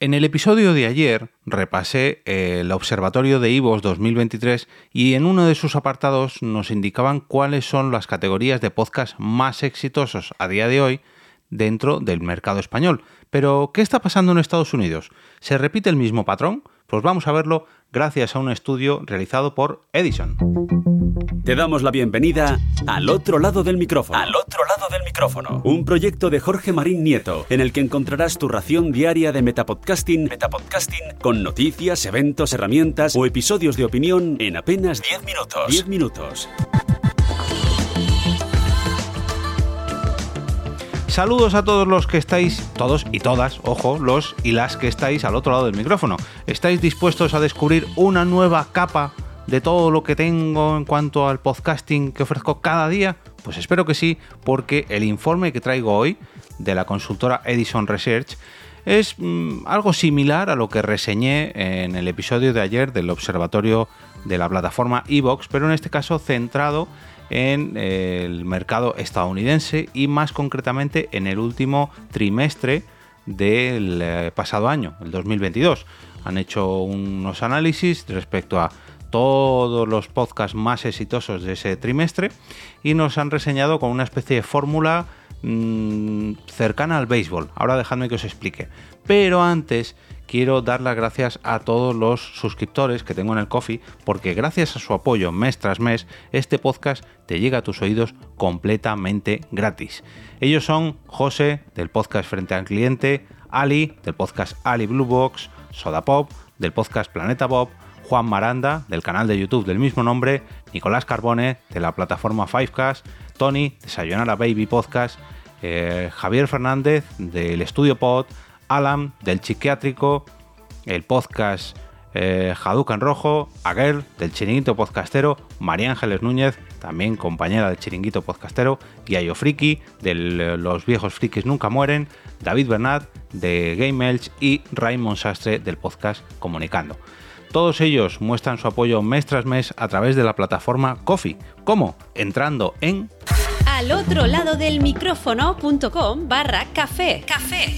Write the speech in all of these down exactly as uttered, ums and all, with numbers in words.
En el episodio de ayer repasé el Observatorio de iVoox dos mil veintitrés y en uno de sus apartados nos indicaban cuáles son las categorías de podcast más exitosos a día de hoy dentro del mercado español. Pero, ¿qué está pasando en Estados Unidos? ¿Se repite el mismo patrón? Pues vamos a verlo gracias a un estudio realizado por Edison. Te damos la bienvenida al otro lado del micrófono. Al otro lado del micrófono. Un proyecto de Jorge Marín Nieto, en el que encontrarás tu ración diaria de metapodcasting, metapodcasting con noticias, eventos, herramientas o episodios de opinión en apenas diez minutos. diez minutos. Saludos a todos los que estáis, todos y todas, ojo, los y las que estáis al otro lado del micrófono. ¿Estáis dispuestos a descubrir una nueva capa de todo lo que tengo en cuanto al podcasting que ofrezco cada día? Pues espero que sí, porque el informe que traigo hoy de la consultora Edison Research es mmm, algo similar a lo que reseñé en el episodio de ayer del observatorio de la plataforma iVoox, pero en este caso centrado en el mercado estadounidense y más concretamente en el último trimestre del pasado año, el dos mil veintidós. Han hecho unos análisis respecto a todos los podcasts más exitosos de ese trimestre y nos han reseñado con una especie de fórmula mmm, cercana al béisbol. Ahora dejadme que os explique. Pero antes quiero dar las gracias a todos los suscriptores que tengo en el Ko-fi, porque gracias a su apoyo mes tras mes, este podcast te llega a tus oídos completamente gratis. Ellos son José, del podcast Frente al Cliente, Ali, del podcast Ali Blue Box, Sodapop, del podcast Planeta Bob, Juan Maranda, del canal de YouTube del mismo nombre, Nicolás Carbone, de la plataforma Fivecast, Tony, de Sayonara Baby Podcast, eh, Javier Fernández, del Estudio Pod, Alan, del Psiquiátrico, el podcast eh, Hadouken Rojo, Aguel, del Chiringuito Podcastero, María Ángeles Núñez, también compañera del Chiringuito Podcastero, Yayo Friki, de Los Viejos Frikis Nunca Mueren, David Bernat, de Game Elch y Raymond Sastre, del podcast Comunicando. Todos ellos muestran su apoyo mes tras mes a través de la plataforma Ko-fi. ¿Cómo? Entrando en al otro lado del micrófono.com barra café. Café.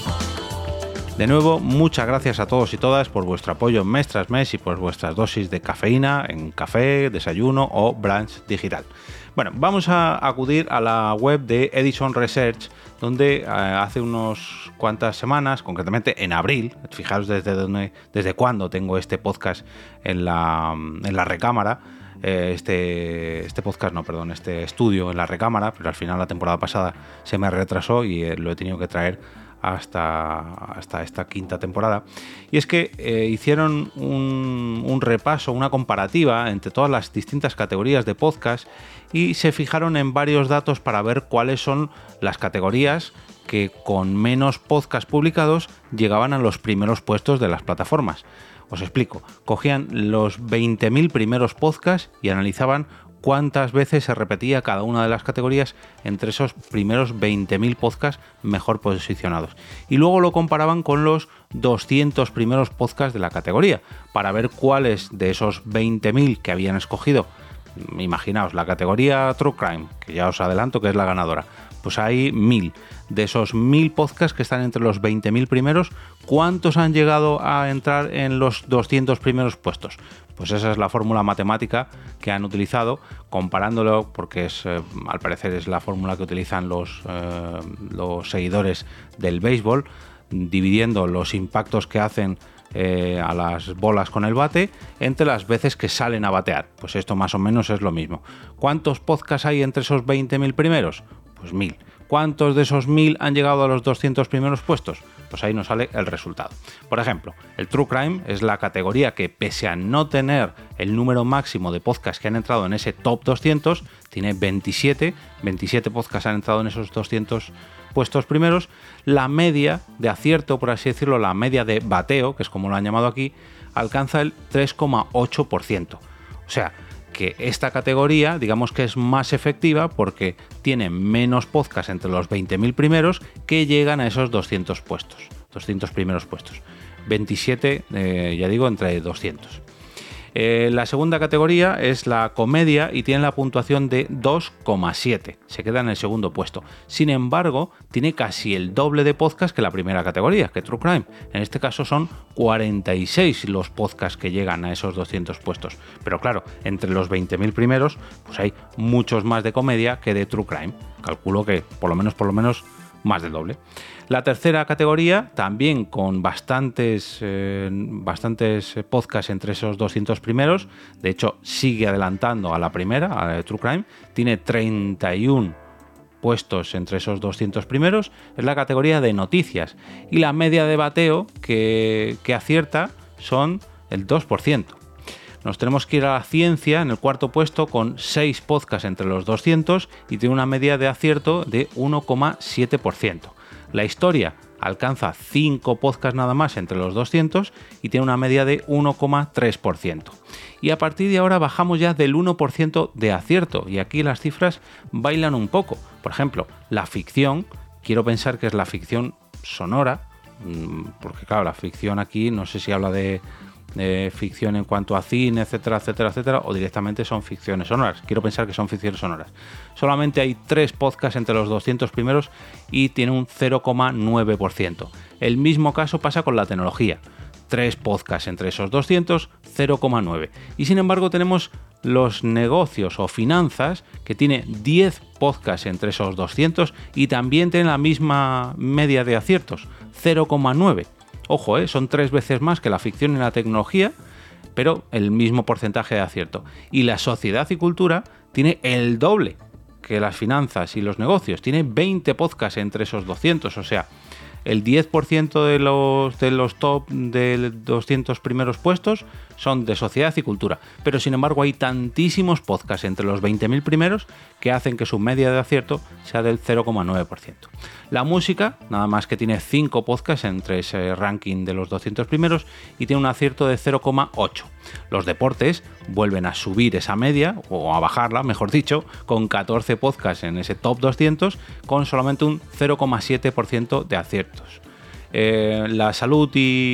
De nuevo, muchas gracias a todos y todas por vuestro apoyo mes tras mes y por vuestras dosis de cafeína en café, desayuno o brunch digital. Bueno, vamos a acudir a la web de Edison Research, donde eh, hace unas cuantas semanas, concretamente en abril, fijaros desde dónde, desde cuándo tengo este podcast en la, en la recámara, eh, este, este podcast, no, perdón, este estudio en la recámara, pero al final la temporada pasada se me retrasó y eh, lo he tenido que traer hasta, hasta esta quinta temporada. Y es que eh, hicieron un, un repaso, una comparativa entre todas las distintas categorías de podcast y se fijaron en varios datos para ver cuáles son las categorías que con menos podcasts publicados llegaban a los primeros puestos de las plataformas. Os explico. Cogían los veinte mil primeros podcasts y analizaban cuántas veces se repetía cada una de las categorías entre esos primeros veinte mil podcasts mejor posicionados. Y luego lo comparaban con los doscientos primeros podcasts de la categoría para ver cuáles de esos veinte mil que habían escogido. Imaginaos, la categoría True Crime, que ya os adelanto que es la ganadora. Pues hay mil. De esos mil podcasts que están entre los veinte mil primeros, ¿cuántos han llegado a entrar en los doscientos primeros puestos? Pues esa es la fórmula matemática que han utilizado, comparándolo, porque es, eh, al parecer es la fórmula que utilizan los, eh, los seguidores del béisbol, dividiendo los impactos que hacen eh, a las bolas con el bate entre las veces que salen a batear. Pues esto más o menos es lo mismo. ¿Cuántos podcasts hay entre esos veinte mil primeros? Pues mil. ¿Cuántos de esos mil han llegado a los doscientos primeros puestos? Pues ahí nos sale el resultado. Por ejemplo, el True Crime es la categoría que, pese a no tener el número máximo de podcasts que han entrado en ese top doscientos, tiene veintisiete, veintisiete podcasts han entrado en esos doscientos puestos primeros. La media de acierto, por así decirlo, la media de bateo, que es como lo han llamado aquí, alcanza el tres coma ocho por ciento. O sea, que esta categoría, digamos que es más efectiva porque tiene menos podcasts entre los veinte mil primeros que llegan a esos doscientos puestos, doscientos primeros puestos. veintisiete, eh, ya digo, entre doscientos. Eh, la segunda categoría es la comedia y tiene la puntuación de dos coma siete. Se queda en el segundo puesto. Sin embargo, tiene casi el doble de podcasts que la primera categoría, que True Crime. En este caso son cuarenta y seis los podcasts que llegan a esos doscientos puestos. Pero claro, entre los veinte mil primeros, pues hay muchos más de comedia que de True Crime. Calculo que por lo menos, por lo menos, más del doble. La tercera categoría, también con bastantes, eh, bastantes podcasts entre esos doscientos primeros, de hecho sigue adelantando a la primera, a la de True Crime, tiene treinta y uno puestos entre esos doscientos primeros, es la categoría de noticias, y la media de bateo que, que acierta son el dos por ciento. Nos tenemos que ir a la ciencia en el cuarto puesto con seis podcasts entre los doscientos y tiene una media de acierto de uno coma siete por ciento. La historia alcanza cinco podcasts nada más entre los doscientos y tiene una media de uno coma tres por ciento. Y a partir de ahora bajamos ya del uno por ciento de acierto y aquí las cifras bailan un poco. Por ejemplo, la ficción, quiero pensar que es la ficción sonora, porque claro, la ficción aquí no sé si habla de... de ficción en cuanto a cine, etcétera, etcétera, etcétera, o directamente son ficciones sonoras. Quiero pensar que son ficciones sonoras. Solamente hay tres podcasts entre los doscientos primeros y tiene un cero coma nueve por ciento. El mismo caso pasa con la tecnología. Tres podcasts entre esos doscientos, cero coma nueve. Y sin embargo tenemos los negocios o finanzas, que tiene diez podcasts entre esos doscientos y también tiene la misma media de aciertos, cero coma nueve. Ojo, ¿eh? Son tres veces más que la ficción y la tecnología, pero el mismo porcentaje de acierto. Y la sociedad y cultura tiene el doble que las finanzas y los negocios. Tiene veinte podcasts entre esos doscientos, o sea, el diez por ciento de los, de los top de doscientos primeros puestos son de sociedad y cultura. Pero sin embargo hay tantísimos podcasts entre los veinte mil primeros que hacen que su media de acierto sea del cero coma nueve por ciento. La música, nada más que tiene cinco podcasts entre ese ranking de los doscientos primeros y tiene un acierto de cero coma ocho. Los deportes vuelven a subir esa media, o a bajarla, mejor dicho, con catorce podcasts en ese top doscientos con solamente un cero coma siete por ciento de aciertos. Eh, la salud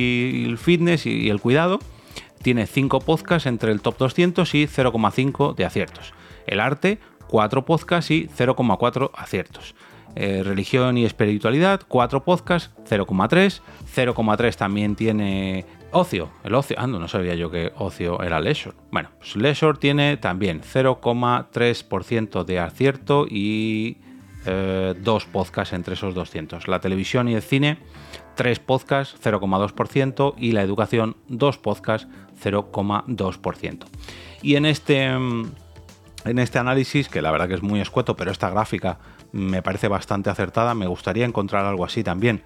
y el fitness y el cuidado tiene cinco podcasts entre el top doscientos y cero coma cinco de aciertos. El arte, cuatro podcasts y cero coma cuatro aciertos. Eh, religión y espiritualidad, cuatro podcasts, cero coma tres. cero coma tres también tiene ocio. El ocio, ah, no, no sabía yo que ocio era leisure. Bueno, pues leisure tiene también cero coma tres por ciento de acierto y eh, dos podcasts entre esos doscientos. La televisión y el cine, tres podcasts, cero coma dos por ciento y la educación, dos podcasts, cero coma dos por ciento. Y en este, en este análisis, que la verdad que es muy escueto, pero esta gráfica me parece bastante acertada, me gustaría encontrar algo así también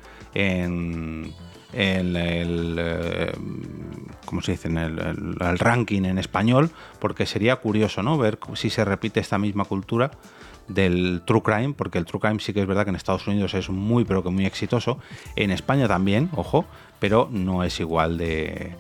en, en el, eh, ¿cómo se dice? En el, el, el ranking en español, porque sería curioso, ¿no? Ver si se repite esta misma cultura del True Crime, porque el True Crime sí que es verdad que en Estados Unidos es muy, pero que muy exitoso. En España también, ojo, pero no es igual de...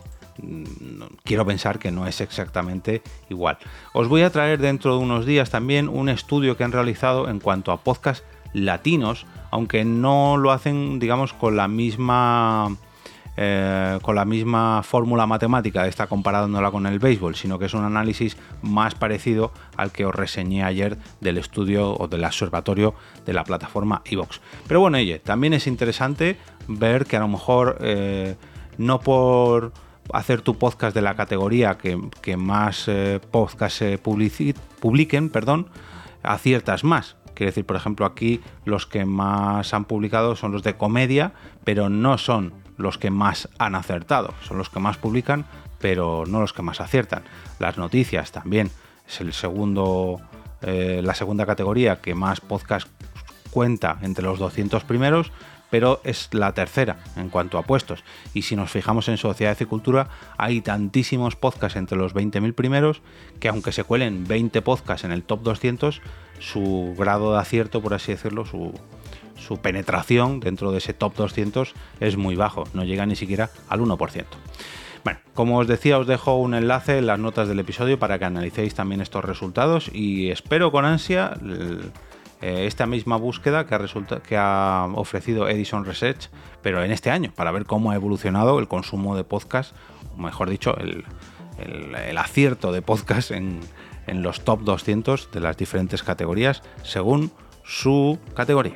Quiero pensar que no es exactamente igual. Os voy a traer dentro de unos días también un estudio que han realizado en cuanto a podcasts latinos, aunque no lo hacen, digamos, con la misma... Eh, con la misma fórmula matemática, está comparándola con el béisbol, sino que es un análisis más parecido al que os reseñé ayer del estudio o del observatorio de la plataforma iVoox. Pero bueno, oye, también es interesante ver que a lo mejor eh, no por hacer tu podcast de la categoría que, que más eh, podcasts se publici- publiquen, perdón, aciertas más. Quiere decir, por ejemplo, aquí los que más han publicado son los de comedia, pero no son los que más han acertado. Son los que más publican, pero no los que más aciertan. Las noticias también es el segundo, eh, la segunda categoría que más podcast cuenta entre los doscientos primeros, pero es la tercera en cuanto a puestos. Y si nos fijamos en sociedad y cultura, hay tantísimos podcasts entre los veinte mil primeros que aunque se cuelen veinte podcasts en el top doscientos, su grado de acierto, por así decirlo, su, su penetración dentro de ese top doscientos es muy bajo, no llega ni siquiera al uno por ciento. Bueno, como os decía, os dejo un enlace en las notas del episodio para que analicéis también estos resultados y espero con ansia el, esta misma búsqueda que ha, resulta, que ha ofrecido Edison Research, pero en este año, para ver cómo ha evolucionado el consumo de podcast, o mejor dicho, el, el, el acierto de podcast en, en los top doscientos de las diferentes categorías según su categoría.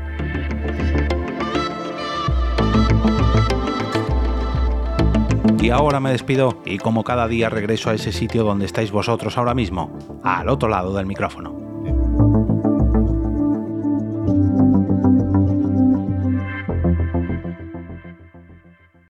Y ahora me despido y como cada día regreso a ese sitio donde estáis vosotros ahora mismo, al otro lado del micrófono.